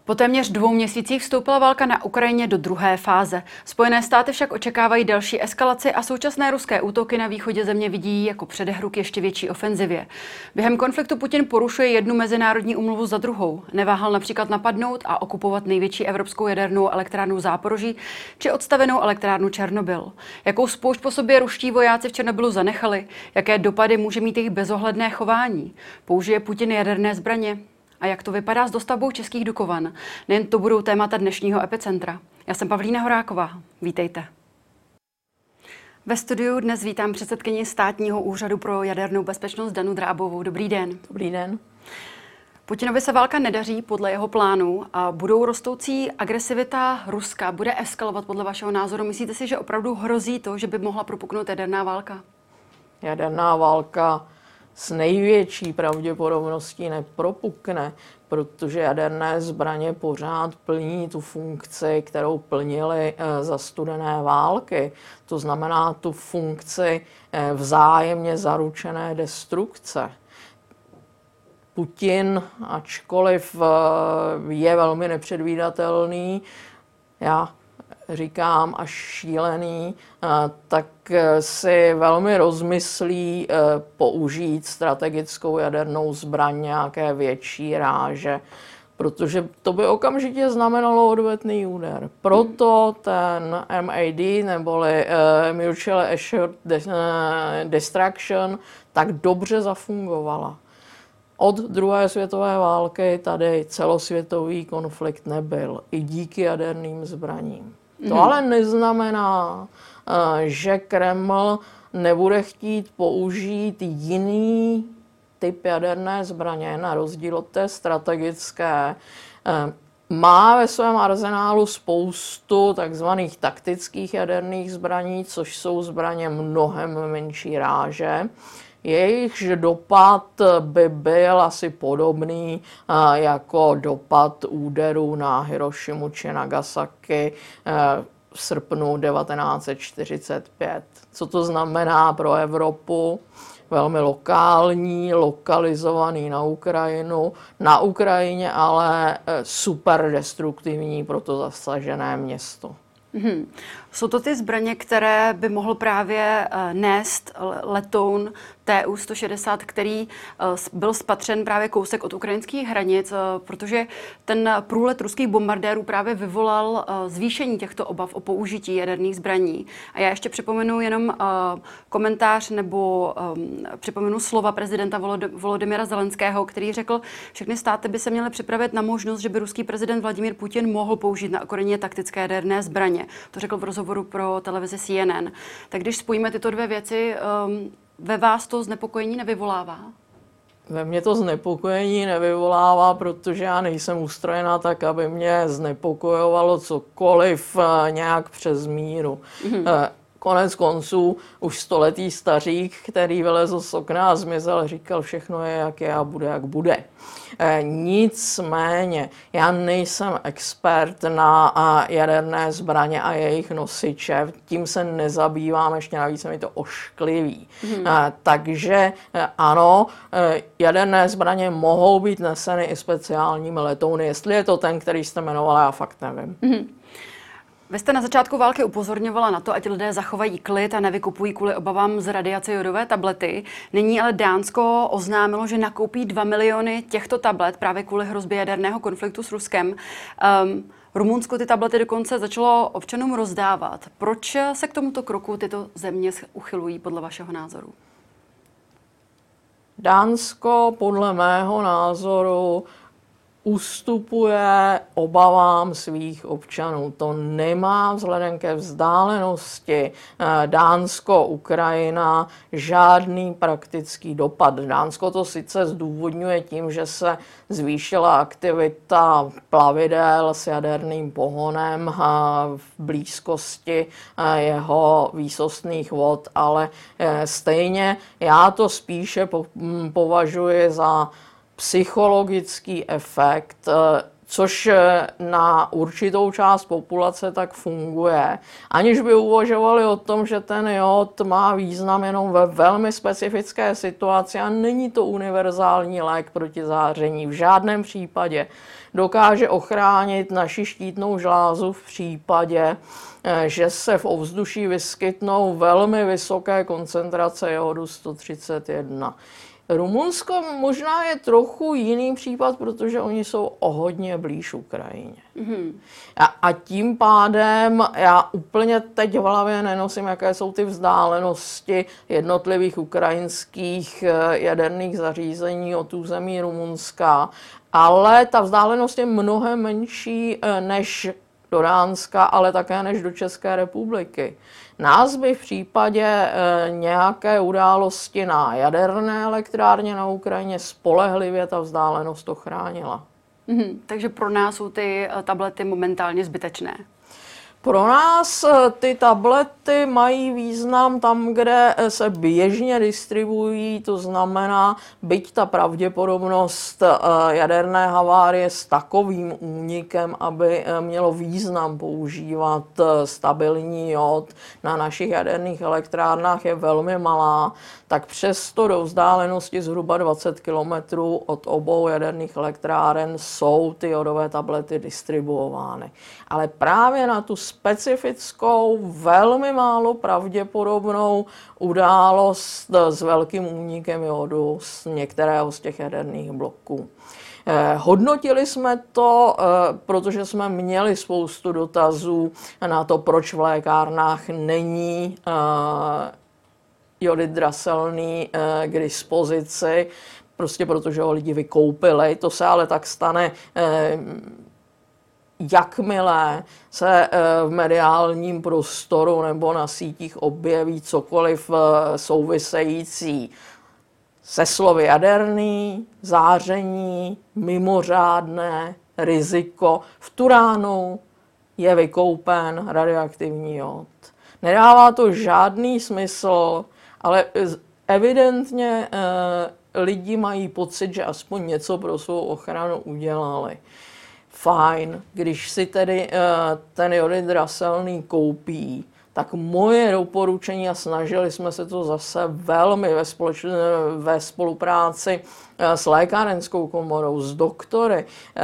Po téměř 2 měsících vstoupila válka na Ukrajině do druhé fáze. Spojené státy však očekávají další eskalaci a současné ruské útoky na východě země vidí jako předehru k ještě větší ofenzivě. Během konfliktu Putin porušuje jednu mezinárodní úmluvu za druhou. Neváhal například napadnout a okupovat největší evropskou jadernou elektrárnu Záporoží či odstavenou elektrárnu Černobyl. Jakou spoušť po sobě ruští vojáci v Černobylu zanechali? Jaké dopady může mít jejich bezohledné chování? Použije Putin jaderné zbraně? A jak to vypadá s dostavbou českých Dukovan? Nejen to budou témata dnešního Epicentra. Já jsem Pavlína Horáková. Vítejte. Ve studiu dnes vítám předsedkyni Státního úřadu pro jadernou bezpečnost Danu Drábovou. Dobrý den. Dobrý den. Putinovi se válka nedaří podle jeho plánu a budou rostoucí agresivita Ruska. Bude eskalovat podle vašeho názoru? Myslíte si, že opravdu hrozí to, že by mohla propuknout jaderná válka? Jaderná válka s největší pravděpodobností nepropukne, protože jaderné zbraně pořád plní tu funkci, kterou plnily za studené války. To znamená tu funkci vzájemně zaručené destrukce. Putin, ačkoliv je velmi nepředvídatelný, já říkám až šílený, tak si velmi rozmyslí použít strategickou jadernou zbraň nějaké větší ráže, protože to by okamžitě znamenalo odvetný úder. Proto ten MAD neboli Mutually Assured Destruction tak dobře zafungovala. Od druhé světové války tady celosvětový konflikt nebyl, i díky jaderným zbraním. To ale neznamená, že Kreml nebude chtít použít jiný typ jaderné zbraně, na rozdíl od té strategické. Má ve svém arzenálu spoustu takzvaných taktických jaderných zbraní, což jsou zbraně mnohem menší ráže. Jejichž dopad by byl asi podobný jako dopad úderu na Hirošimu či Nagasaki v srpnu 1945. Co to znamená pro Evropu? Velmi lokalizovaný na Ukrajině, ale super destruktivní pro to zasažené město. Jsou to ty zbraně, které by mohl právě nést letoun Tu-160, který byl spatřen právě kousek od ukrajinských hranic, protože ten průlet ruských bombardérů právě vyvolal zvýšení těchto obav o použití jaderných zbraní. A já ještě připomenu jenom komentář nebo připomenu slova prezidenta Volodymyra Zelenského, který řekl, všechny státy by se měly připravit na možnost, že by ruský prezident Vladimír Putin mohl použít na Ukrajině taktické jaderné zbraně. To řekl v rozhovoru pro televizi CNN. Tak když spojíme tyto dvě věci, ve vás to znepokojení nevyvolává? Ve mně to znepokojení nevyvolává, protože já nejsem ustrojená tak, aby mě znepokojovalo cokoliv nějak přes míru. Konec konců už stoletý stařík, který vylezl z okna a zmizel, říkal, všechno je, jak je a bude, jak bude. Nicméně, já nejsem expert na jaderné zbraně a jejich nosiče, tím se nezabývám, ještě navíc se mi to ošklivý. Takže ano, jaderné zbraně mohou být neseny i speciálními letouny. Jestli je to ten, který jste jmenovala, já fakt nevím. Vy jste na začátku války upozorňovala na to, ať lidé zachovají klid a nevykupují kvůli obavám z radiace jodové tablety. Nyní ale Dánsko oznámilo, že nakoupí 2 miliony těchto tablet právě kvůli hrozbě jaderného konfliktu s Ruskem. Rumunsko ty tablety dokonce začalo občanům rozdávat. Proč se k tomuto kroku tyto země uchylují podle vašeho názoru? Dánsko podle mého názoru ustupuje obavám svých občanů. To nemá vzhledem ke vzdálenosti Dánsko-Ukrajina žádný praktický dopad. Dánsko to sice zdůvodňuje tím, že se zvýšila aktivita plavidel s jaderným pohonem v blízkosti jeho výsostných vod, ale stejně já to spíše považuji za psychologický efekt což na určitou část populace tak funguje, aniž by uvažovali o tom, že ten jód má význam jenom ve velmi specifické situaci a není to univerzální lék proti záření. V žádném případě dokáže ochránit naši štítnou žlázu v případě, že se v ovzduší vyskytnou velmi vysoké koncentrace jodu 131. Rumunsko možná je trochu jiný případ, protože oni jsou o hodně blíž Ukrajině. A tím pádem já úplně teď v hlavě nenosím, jaké jsou ty vzdálenosti jednotlivých ukrajinských jaderných zařízení od území Rumunska, ale ta vzdálenost je mnohem menší než do Dánska, ale také než do České republiky. Nás by v případě nějaké události na jaderné elektrárně na Ukrajině spolehlivě ta vzdálenost ochránila. Takže pro nás jsou ty tablety momentálně zbytečné. Pro nás ty tablety mají význam tam, kde se běžně distribuují, to znamená, byť ta pravděpodobnost jaderné havárie s takovým únikem, aby mělo význam používat stabilní jód na našich jaderných elektrárnách je velmi malá, tak přesto do vzdálenosti zhruba 20 km od obou jaderných elektráren jsou ty jodové tablety distribuovány. Ale právě na tu specifickou, velmi málo pravděpodobnou událost s velkým únikem jodu z některého z těch jaderných bloků. Hodnotili jsme to, protože jsme měli spoustu dotazů na to, proč v lékárnách není jodid draselný k dispozici, prostě protože ho lidi vykoupili. To se ale tak stane, jakmile se v mediálním prostoru nebo na sítích objeví cokoliv související se slovy jaderný, záření, mimořádné, riziko. V tu ránu je vykoupen radioaktivní jód. Nedává to žádný smysl, ale evidentně lidi mají pocit, že aspoň něco pro svou ochranu udělali. Fajn, když si tedy ten jodid draselný koupí, tak moje doporučení, a snažili jsme se to zase velmi ve spolupráci s lékárenskou komorou, s doktory,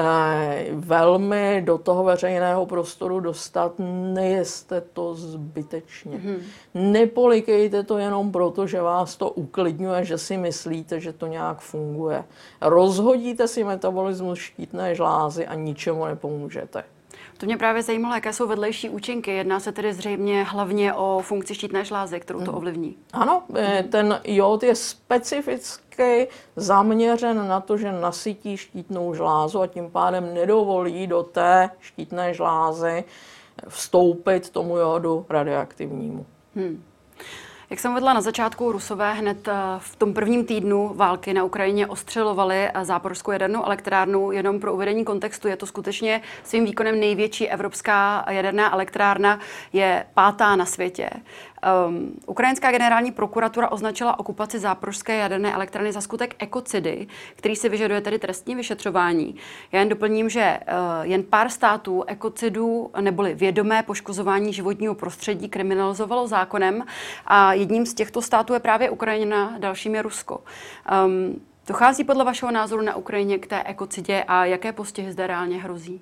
velmi do toho veřejného prostoru dostat, nejeste to zbytečně. Nepolikejte to jenom proto, že vás to uklidňuje, že si myslíte, že to nějak funguje. Rozhodíte si metabolismus štítné žlázy a ničemu nepomůžete. To mě právě zajímalo, jaké jsou vedlejší účinky. Jedná se tedy zřejmě hlavně o funkci štítné žlázy, kterou to ovlivní. Ano, ten jód je specificky zaměřen na to, že nasytí štítnou žlázu a tím pádem nedovolí do té štítné žlázy vstoupit tomu jódu radioaktivnímu. Jak jsem uvedla na začátku, Rusové hned v tom prvním týdnu války na Ukrajině ostřelovali záporskou jadernou elektrárnu. Jenom pro uvedení kontextu, je to skutečně svým výkonem největší evropská jaderná elektrárna, je 5. na světě. Ukrajinská generální prokuratura označila okupaci záporožské jaderné elektrárny za skutek ekocidy, který si vyžaduje tedy trestní vyšetřování. Já jen doplním, že jen pár států ekocidu neboli vědomé poškozování životního prostředí kriminalizovalo zákonem a jedním z těchto států je právě Ukrajina, dalším je Rusko. Dochází podle vašeho názoru na Ukrajině k té ekocidě a jaké postihy zde reálně hrozí?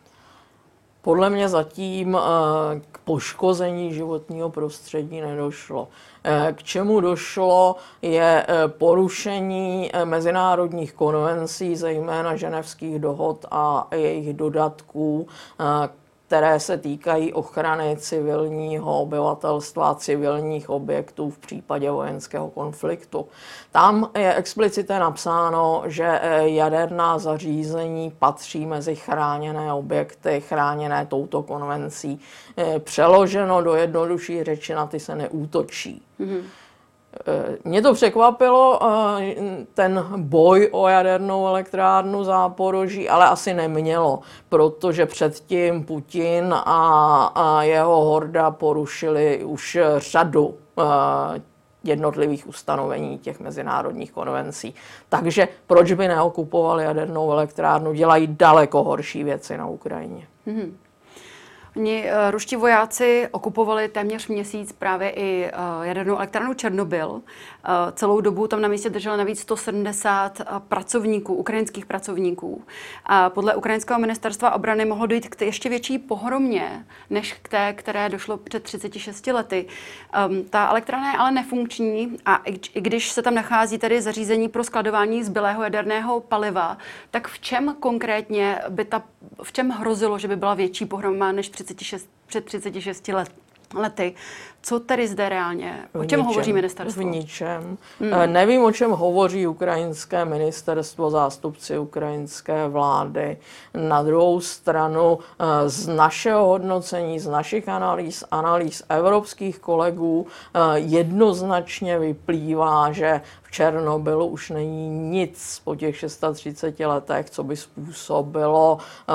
Podle mě zatím k poškození životního prostředí nedošlo. K čemu došlo, je porušení mezinárodních konvencí, zejména ženevských dohod a jejich dodatků, které se týkají ochrany civilního obyvatelstva a civilních objektů v případě vojenského konfliktu. Tam je explicitně napsáno, že jaderná zařízení patří mezi chráněné objekty, chráněné touto konvencí. Přeloženo do jednodušší řeči, na ty se neútočí. Mě to překvapilo, ten boj o jadernou elektrárnu Záporoží, ale asi nemělo, protože předtím Putin a jeho horda porušili už řadu jednotlivých ustanovení těch mezinárodních konvencí. Takže proč by neokupovali jadernou elektrárnu? Dělají daleko horší věci na Ukrajině. Oni, ruští vojáci, okupovali téměř měsíc právě i jadernou elektrárnu Černobyl. Celou dobu tam na místě drželi navíc 170 pracovníků, ukrajinských pracovníků. A podle ukrajinského ministerstva obrany mohlo dojít k ještě větší pohromě, než k té, které došlo před 36 lety. Ta elektrárna je ale nefunkční a i když se tam nachází tedy zařízení pro skladování zbylého jaderného paliva, tak v čem konkrétně v čem hrozilo, že by byla větší pohroma než před 36 lety? Co tedy zde reálně? O čem hovoří ministerstvo? V ničem. Nevím, o čem hovoří ukrajinské ministerstvo, zástupci ukrajinské vlády. Na druhou stranu z našeho hodnocení, z našich analýz evropských kolegů jednoznačně vyplývá, že v Černobylu už není nic po těch 36 letech, co by způsobilo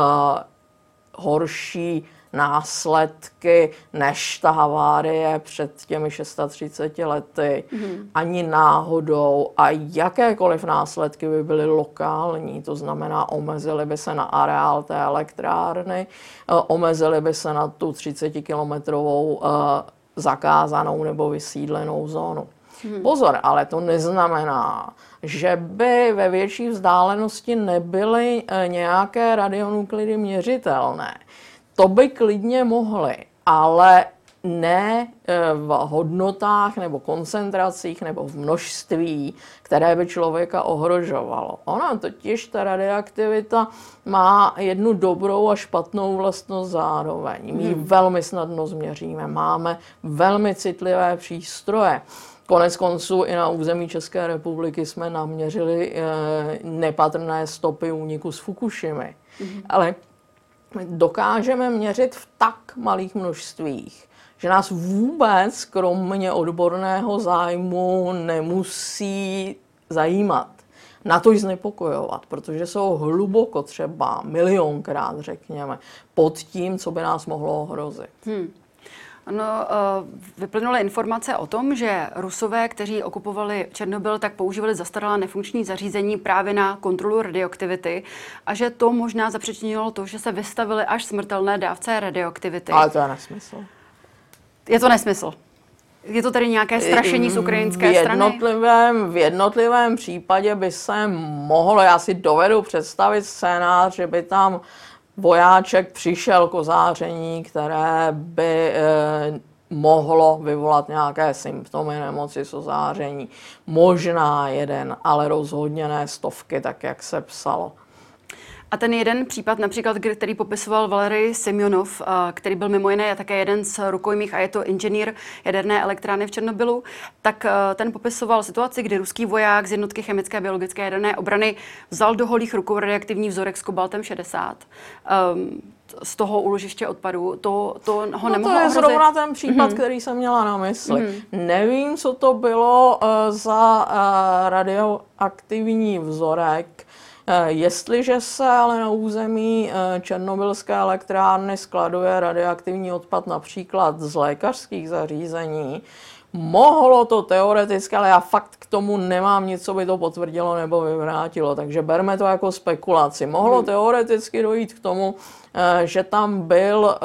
horší následky než ta havárie před těmi 36 lety. Ani náhodou. A jakékoliv následky by byly lokální, to znamená omezily by se na areál té elektrárny, omezily by se na tu 30-kilometrovou zakázanou nebo vysídlenou zónu. Pozor, ale to neznamená, že by ve větší vzdálenosti nebyly nějaké radionuklidy měřitelné. To by klidně mohly, ale ne v hodnotách nebo koncentracích nebo v množství, které by člověka ohrožovalo. Ona totiž, ta radioaktivita, má jednu dobrou a špatnou vlastnost zároveň. My ji velmi snadno změříme, máme velmi citlivé přístroje. Konec konců i na území České republiky jsme naměřili nepatrné stopy úniku z Fukušimy. Ale dokážeme měřit v tak malých množstvích, že nás vůbec kromě odborného zájmu nemusí zajímat. Na to znepokojovat, protože jsou hluboko, třeba milionkrát, řekněme, pod tím, co by nás mohlo ohrozit. Ano, vyplynuly informace o tom, že Rusové, kteří okupovali Černobyl, tak používali zastaralá nefunkční zařízení právě na kontrolu radioaktivity a že to možná zapříčinilo to, že se vystavili až smrtelné dávce radioaktivity. Ale to je nesmysl. Je to nesmysl. Je to tedy nějaké strašení z ukrajinské strany? V jednotlivém případě by se mohlo, já si dovedu představit scénář, že by tam vojáček přišel k ozáření, které by mohlo vyvolat nějaké symptomy nemoci z ozáření. Možná jeden, ale rozhodně ne stovky, tak jak se psalo. A ten jeden případ, například, který popisoval Valerij Semjonov, který byl mimo jiné také jeden z rukojmích a je to inženýr jaderné elektrárny v Černobylu, tak ten popisoval situaci, kdy ruský voják z jednotky chemické, biologické a jaderné obrany vzal do holých rukou radioaktivní vzorek s kobaltem 60. Z toho úložiště odpadu, to ho nemohlo ohrozit. To je zrovna ten případ, který jsem měla na mysli. Nevím, co to bylo za radioaktivní vzorek. Jestliže se ale na území černobylské elektrárny skladuje radioaktivní odpad například z lékařských zařízení, mohlo to teoreticky, ale já fakt k tomu nemám nic, co by to potvrdilo nebo vyvrátilo, takže berme to jako spekulaci. Mohlo teoreticky dojít k tomu, že tam byl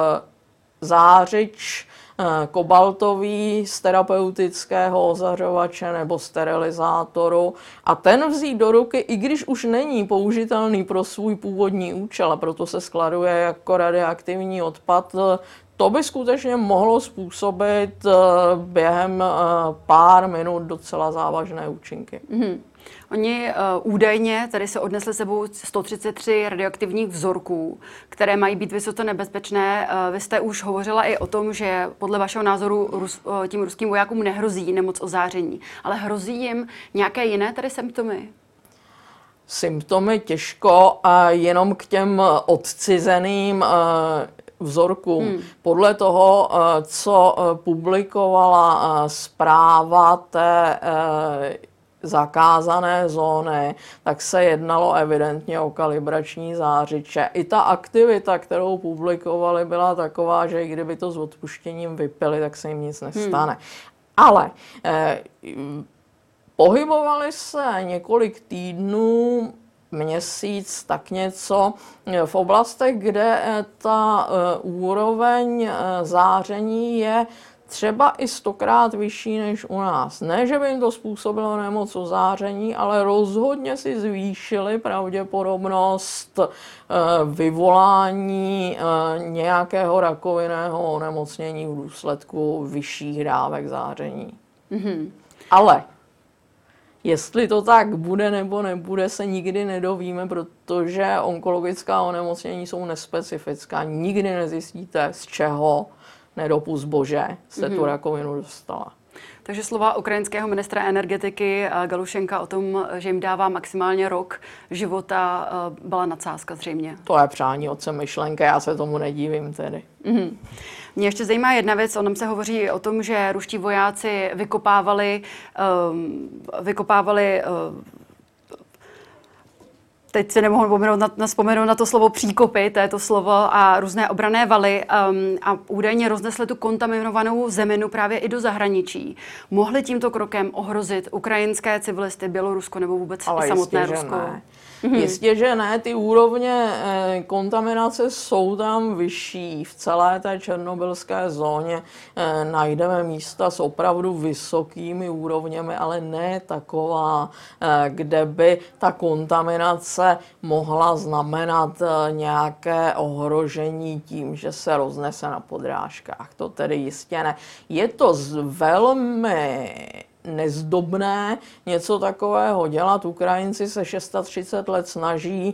zářič kobaltový z terapeutického ozařovače nebo sterilizátoru a ten vzít do ruky, i když už není použitelný pro svůj původní účel, a proto se skladuje jako radioaktivní odpad, to by skutečně mohlo způsobit během pár minut docela závažné účinky. Oni údajně tady se odnesli sebou 133 radioaktivních vzorků, které mají být vysoce nebezpečné. Vy jste už hovořila i o tom, že podle vašeho názoru tím ruským vojákům nehrozí nemoc ozáření, ale hrozí jim nějaké jiné tady symptomy? Symptomy těžko a jenom k těm odcizeným vzorkům. Podle toho, co publikovala zpráva té zakázané zóny, tak se jednalo evidentně o kalibrační zářiče. I ta aktivita, kterou publikovali, byla taková, že i kdyby to s odpuštěním vypili, tak se jim nic nestane. Ale pohybovali se několik týdnů, měsíc, tak něco, v oblastech, kde ta úroveň záření je třeba i 100krát vyšší než u nás. Ne, že by jim to způsobilo nemoc ozáření, ale rozhodně si zvýšili pravděpodobnost vyvolání nějakého rakovinného onemocnění v důsledku vyšších dávek záření. Mm-hmm. Ale jestli to tak bude nebo nebude, se nikdy nedovíme, protože onkologická onemocnění jsou nespecifická. Nikdy nezjistíte, z čeho, nedopust bože, jste tu rakovinu dostala. Takže slova ukrajinského ministra energetiky Galušenka o tom, že jim dává maximálně rok života, byla nadsázka zřejmě. To je přání otce myšlenky, já se tomu nedívím tedy. Mm-hmm. Mě ještě zajímá jedna věc, o tom se hovoří o tom, že ruští vojáci vykopávali teď se nemohu vzpomenout na to slovo příkopy, to je to slovo, a různé obranné valy a údajně roznesli tu kontaminovanou zeminu právě i do zahraničí. Mohli tímto krokem ohrozit ukrajinské civilisty, Bělorusko nebo vůbec i samotné Rusko? Ne. Jistě, že ne, ty úrovně kontaminace jsou tam vyšší. V celé té černobylské zóně najdeme místa s opravdu vysokými úrovněmi, ale ne taková, kde by ta kontaminace mohla znamenat nějaké ohrožení tím, že se roznese na podrážkách. To tedy jistě ne. Je to velmi nezdobné něco takového dělat. Ukrajinci se 630 let snaží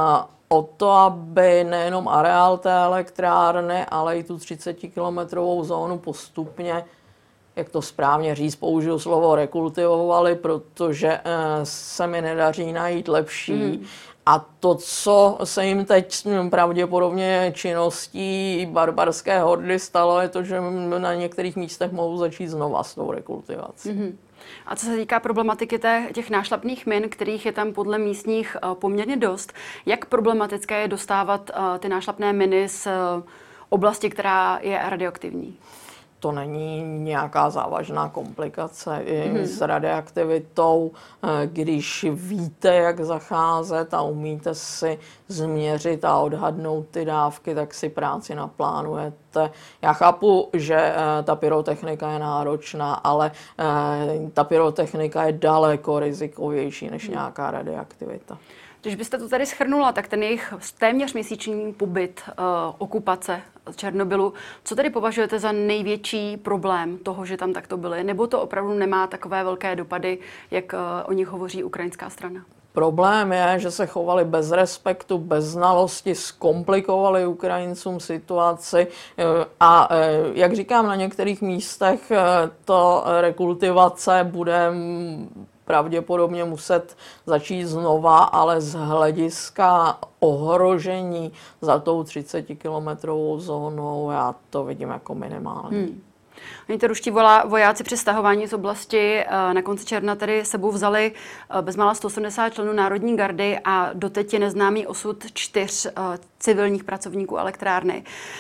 o to, aby nejenom areál té elektrárny, ale i tu 30kilometrovou zónu postupně, jak to správně říct, použiju slovo rekultivovali, protože se mi nedaří najít lepší. A to, co se jim teď pravděpodobně činností barbarské hordy stalo, je to, že na některých místech mohou začít znova s tou rekultivací. Mm-hmm. A co se týká problematiky těch nášlapných min, kterých je tam podle místních poměrně dost, jak problematické je dostávat ty nášlapné miny z oblasti, která je radioaktivní? To není nějaká závažná komplikace s radioaktivitou. Když víte, jak zacházet a umíte si změřit a odhadnout ty dávky, tak si práci naplánujete. Já chápu, že ta pyrotechnika je náročná, ale ta pyrotechnika je daleko rizikovější než nějaká radioaktivita. Když byste to tady shrnula, tak ten jejich téměř měsíční pobyt, okupace Černobylu, co tedy považujete za největší problém toho, že tam takto byli? Nebo to opravdu nemá takové velké dopady, jak o nich hovoří ukrajinská strana? Problém je, že se chovali bez respektu, bez znalosti, zkomplikovali Ukrajincům situaci a jak říkám, na některých místech to rekultivace bude pravděpodobně muset začít znova, ale z hlediska ohrožení za tou 30kilometrovou zónou já to vidím jako minimální. Oni ty ruští vojáci při stahování z oblasti na konci června tedy sebou vzali bezmála 180 členů Národní gardy a doteď je neznámý osud 4 civilních pracovníků elektrárny.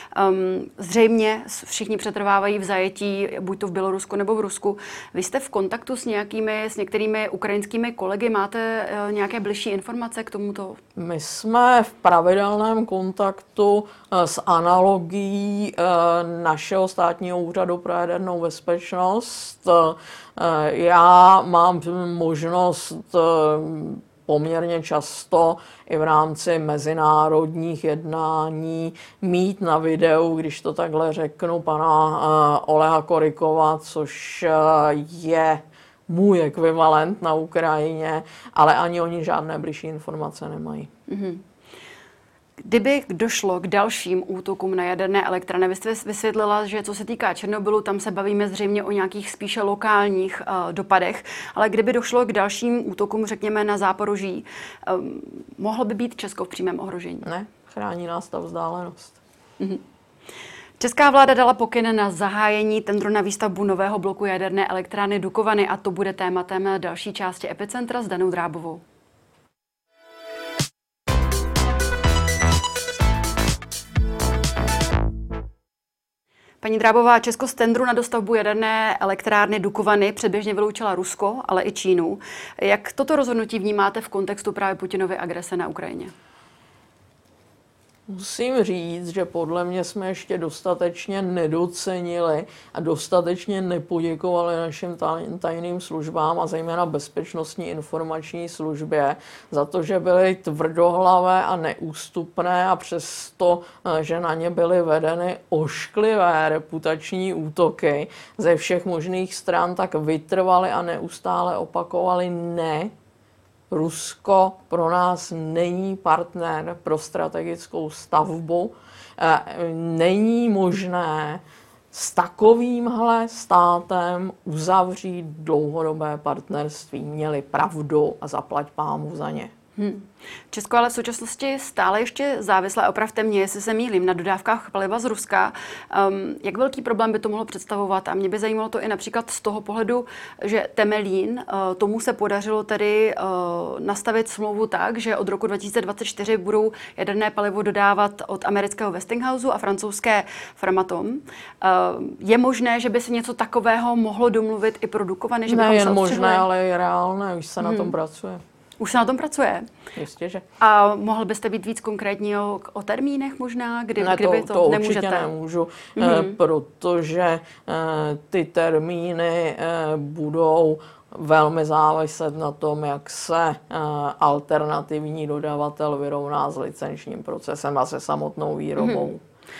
Zřejmě všichni přetrvávají v zajetí, buď to v Bělorusku nebo v Rusku. Vy jste v kontaktu s některými ukrajinskými kolegy, máte nějaké bližší informace k tomuto? My jsme v pravidelném kontaktu s analogií našeho státního úřadu pro jadernou bezpečnost. Já mám možnost poměrně často i v rámci mezinárodních jednání mít na videu, když to takhle řeknu, pana Oleha Korykova, což je můj ekvivalent na Ukrajině, ale ani oni žádné bližší informace nemají. Mm-hmm. Kdyby došlo k dalším útokům na jaderné elektrárny, vy jste vysvětlila, že co se týká Černobylu, tam se bavíme zřejmě o nějakých spíše lokálních dopadech, ale kdyby došlo k dalším útokům, řekněme na Záporoží, mohlo by být Česko v přímém ohrožení? Ne, chrání nás ta vzdálenost. Mhm. Česká vláda dala pokyn na zahájení tendru na výstavbu nového bloku jaderné elektrárny Dukovany a to bude tématem další části Epicentra s Danou Drábovou. Paní Drábová, Česko z tendru na dostavbu jaderné elektrárny Dukovany předběžně vyloučila Rusko, ale i Čínu. Jak toto rozhodnutí vnímáte v kontextu právě Putinovy agrese na Ukrajině? Musím říct, že podle mě jsme ještě dostatečně nedocenili a dostatečně nepoděkovali našim tajným službám a zejména bezpečnostní informační službě za to, že byly tvrdohlavé a neústupné a přesto, že na ně byly vedeny ošklivé reputační útoky ze všech možných stran, tak vytrvali a neustále opakovali ne. Rusko pro nás není partner pro strategickou stavbu. Není možné s takovýmhle státem uzavřít dlouhodobé partnerství. Měli pravdu a zaplať pánbůh za ně. Česko ale v současnosti stále ještě závislé, opravte mě, jestli se mýlím, na dodávkách paliva z Ruska. Jak velký problém by to mohlo představovat? A mě by zajímalo to i například z toho pohledu, že Temelín, tomu se podařilo tedy nastavit smlouvu tak, že od roku 2024 budou jaderné palivo dodávat od amerického Westinghouse a francouzské Framatome. Je možné, že by se něco takového mohlo domluvit i pro Dukovany? Že ne jen možné, ale i reálné, už se na tom pracuje. Už se na tom pracuje? Jistě, že. A mohl byste být víc konkrétní o termínech možná, kdyby to nemůžete? Určitě nemůžu, protože ty termíny budou velmi záviset na tom, jak se alternativní dodavatel vyrovná s licenčním procesem a se samotnou výrobou.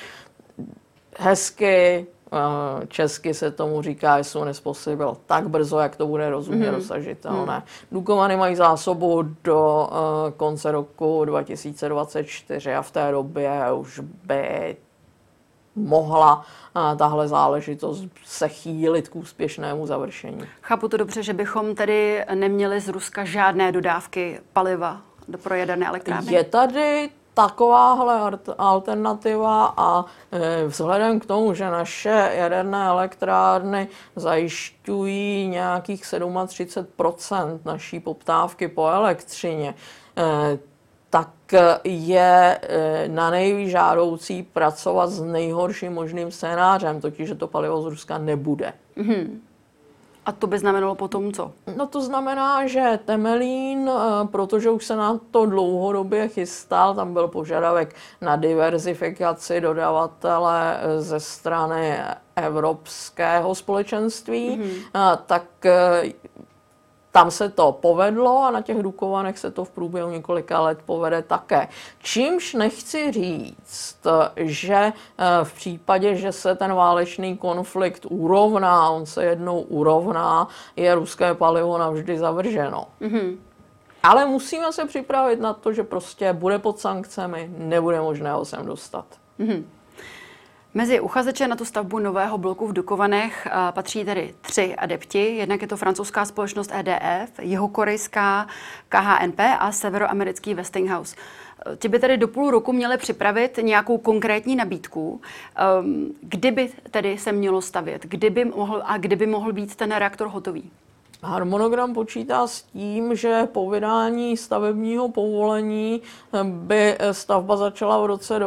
Hezky, česky se tomu říká as soon as possible, tak brzo, jak to bude rozumně dosažitelné. Dukovany mají zásobu do konce roku 2024 a v té době už by mohla tahle záležitost se chýlit k úspěšnému završení. Chápu to dobře, že bychom tedy neměli z Ruska žádné dodávky paliva pro jaderné elektrárny? Je tady takováhle alternativa a vzhledem k tomu, že naše jaderné elektrárny zajišťují nějakých 37% naší poptávky po elektřině, tak je na nejvíc žádoucí pracovat s nejhorším možným scénářem, totiž, že to palivo z Ruska nebude. A to by znamenalo potom co? No to znamená, že Temelín, protože už se na to dlouhodobě chystal, tam byl požadavek na diverzifikaci dodavatele ze strany Evropského společenství, tak tam se to povedlo a na těch Dukovanech se to v průběhu několika let povede také. Čímž nechci říct, že v případě, že se ten válečný konflikt urovná, on se jednou urovná, je ruské palivo navždy zavrženo. Ale musíme se připravit na to, že prostě bude pod sankcemi, nebude možné ho sem dostat. Mezi uchazeče na tu stavbu nového bloku v Dukovanech patří tedy 3 adepti. Jednak je to francouzská společnost EDF, jihokorejská KHNP a severoamerický Westinghouse. Ti by tedy do půl roku měli připravit nějakou konkrétní nabídku. Kdyby tedy se mělo stavět? Kdyby mohl být ten reaktor hotový? Harmonogram počítá s tím, že po vydání stavebního povolení by stavba začala v roce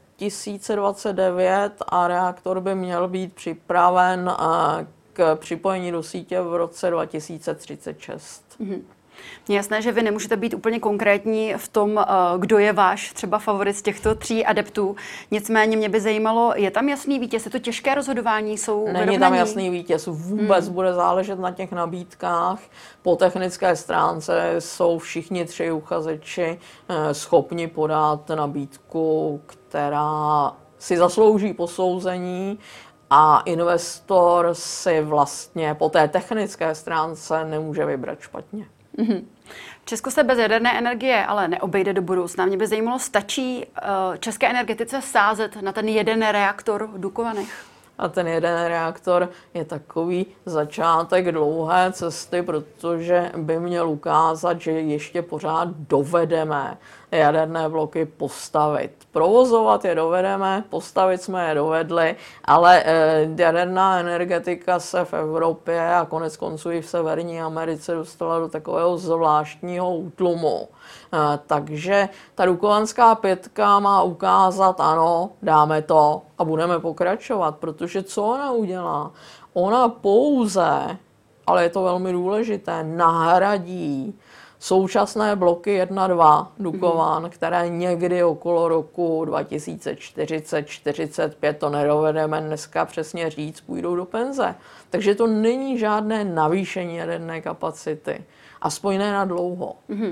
2029 a reaktor by měl být připraven k připojení do sítě v roce 2036. Je jasné, že vy nemůžete být úplně konkrétní v tom, kdo je váš třeba favorit z těchto 3 adeptů. Nicméně mě by zajímalo, je tam jasný vítěz? Je to těžké rozhodování? Jsou Není vyrovnaní? tam jasný vítěz. Vůbec bude záležet na těch nabídkách. Po technické stránce jsou všichni 3 uchazeči schopni podat nabídku, která si zaslouží posouzení. A investor si vlastně po té technické stránce nemůže vybrat špatně. Česko se bez jaderné energie ale neobejde do budoucna. Mě by zajímalo, stačí české energetice sázet na ten jeden reaktor v Dukovanech? A ten jeden reaktor je takový začátek dlouhé cesty, protože by měl ukázat, že ještě pořád dovedeme jaderné bloky postavit. Provozovat je dovedeme, postavit jsme je dovedli, ale jaderná energetika se v Evropě a konec konců i v Severní Americe dostala do takového zvláštního útlumu. Takže ta Dukovanská 5 má ukázat, ano, dáme to a budeme pokračovat, protože co ona udělá? Ona pouze, ale je to velmi důležité, nahradí současné bloky 1, 2 Dukovan, které někdy okolo roku 2040-45, to nedovedeme dneska přesně říct, půjdou do penze. Takže to není žádné navýšení jaderné kapacity, aspoň ne na dlouho.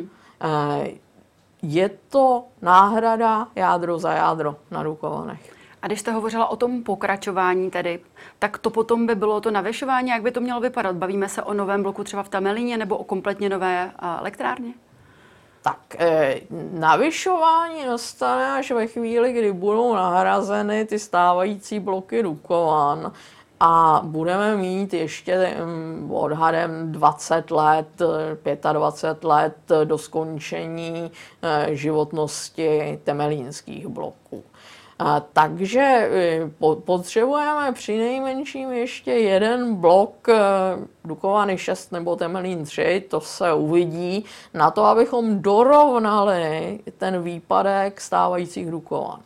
Je to náhrada jádro za jádro na Dukovanech. A když jste hovořila o tom pokračování tedy, tak to potom by bylo to navyšování, jak by to mělo vypadat? Bavíme se o novém bloku třeba v Temelíně nebo o kompletně nové elektrárně? Tak navyšování nastane až ve chvíli, kdy budou nahrazeny ty stávající bloky Dukovan a budeme mít ještě odhadem 20 let, 25 let do skončení životnosti temelínských bloků. Takže potřebujeme přinejmenším ještě jeden blok Dukovany 6 nebo Temelín 3, to se uvidí, na to, abychom dorovnali ten výpadek stávajících Dukovan.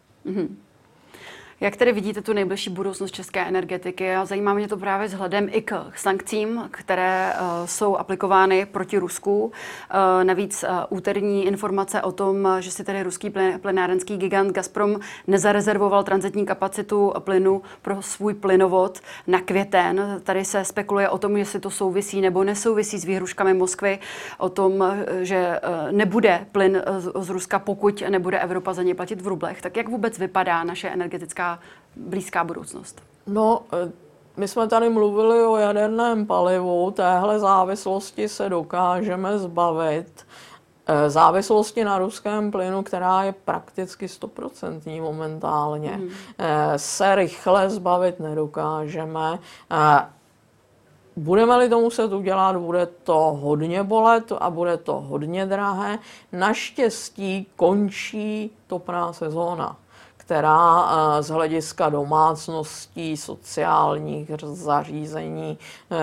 Jak tedy vidíte tu nejbližší budoucnost české energetiky? A zajímá mě to právě vzhledem i k sankcím, které jsou aplikovány proti Rusku. Navíc úterní informace o tom, že si tedy ruský plynárenský gigant Gazprom nezarezervoval tranzitní kapacitu plynu pro svůj plynovod na květen. Tady se spekuluje o tom, jestli to souvisí nebo nesouvisí s výhruškami Moskvy, o tom, že nebude plyn z Ruska, pokud nebude Evropa za ně platit v rublech. Tak jak vůbec vypadá naše energetická blízká budoucnost? No, my jsme tady mluvili o jaderném palivu, téhle závislosti se dokážeme zbavit. Závislosti na ruském plynu, která je prakticky 100% momentálně, se rychle zbavit nedokážeme. Budeme-li to muset udělat, bude to hodně bolet a bude to hodně drahé. Naštěstí končí topná sezóna, která z hlediska domácností, sociálních zařízení,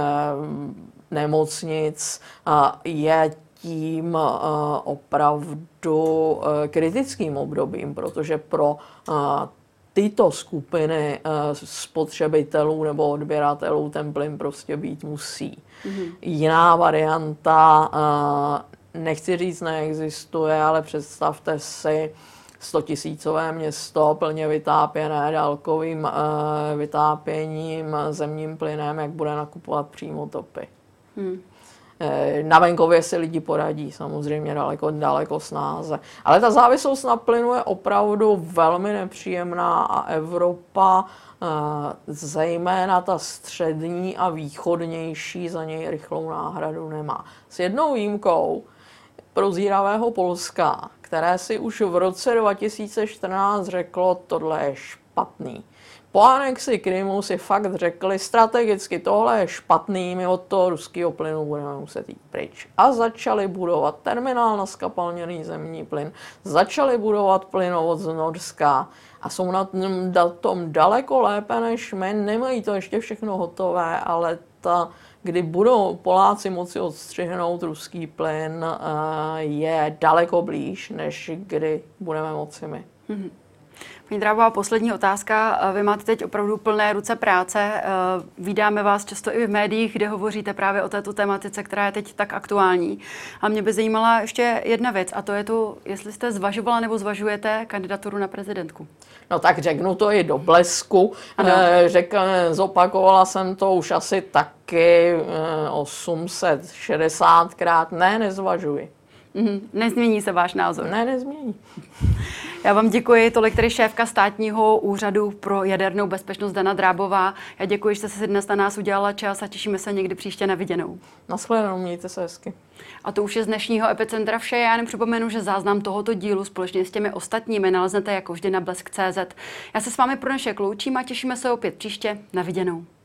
nemocnic je tím opravdu kritickým obdobím, protože pro tyto skupiny spotřebitelů nebo odběratelů ten plyn prostě být musí. Jiná varianta, nechci říct neexistuje, ale představte si 100 000 město plně vytápěné dálkovým vytápěním zemním plynem, jak bude nakupovat přímo topy. Na venkově si lidi poradí samozřejmě daleko snáze. Ale ta závislost na plynu je opravdu velmi nepříjemná a Evropa, zejména ta střední a východnější, za něj rychlou náhradu nemá. S jednou výjimkou prozíravého Polska, které si už v roce 2014 řeklo, tohle je špatný. Po anexi Krymu si fakt řekli strategicky, tohle je špatný, my od toho ruského plynu budeme muset jít pryč. A začali budovat terminál na skapalněný zemní plyn, začali budovat plynovod z Norska a jsou na tom daleko lépe než my, nemají to ještě všechno hotové, ale kdy budou Poláci moci odstřihnout ruský plyn, je daleko blíž, než kdy budeme moci my. Paní Drábová, poslední otázka. Vy máte teď opravdu plné ruce práce. Vídáme vás často i v médiích, kde hovoříte právě o této tematice, která je teď tak aktuální. A mě by zajímala ještě jedna věc, a to je to, jestli jste zvažovala nebo zvažujete kandidaturu na prezidentku. No tak řeknu to i do blesku. Zopakovala jsem to už asi taky 860krát. Ne, nezvažuji. Nezmění se váš názor? Ne, nezmění. Já vám děkuji. Tolik tedy šéfka Státního úřadu pro jadernou bezpečnost Dana Drábová. Já děkuji, že jste si dnes na nás udělala čas a těšíme se někdy příště na viděnou. Nashledanou, mějte se hezky. A to už je z dnešního Epicentra vše. Já jen připomenu, že záznam tohoto dílu společně s těmi ostatními naleznete jako vždy na blesk.cz. Já se s vámi pro dnešek loučím a těšíme se opět příště. Na viděnou.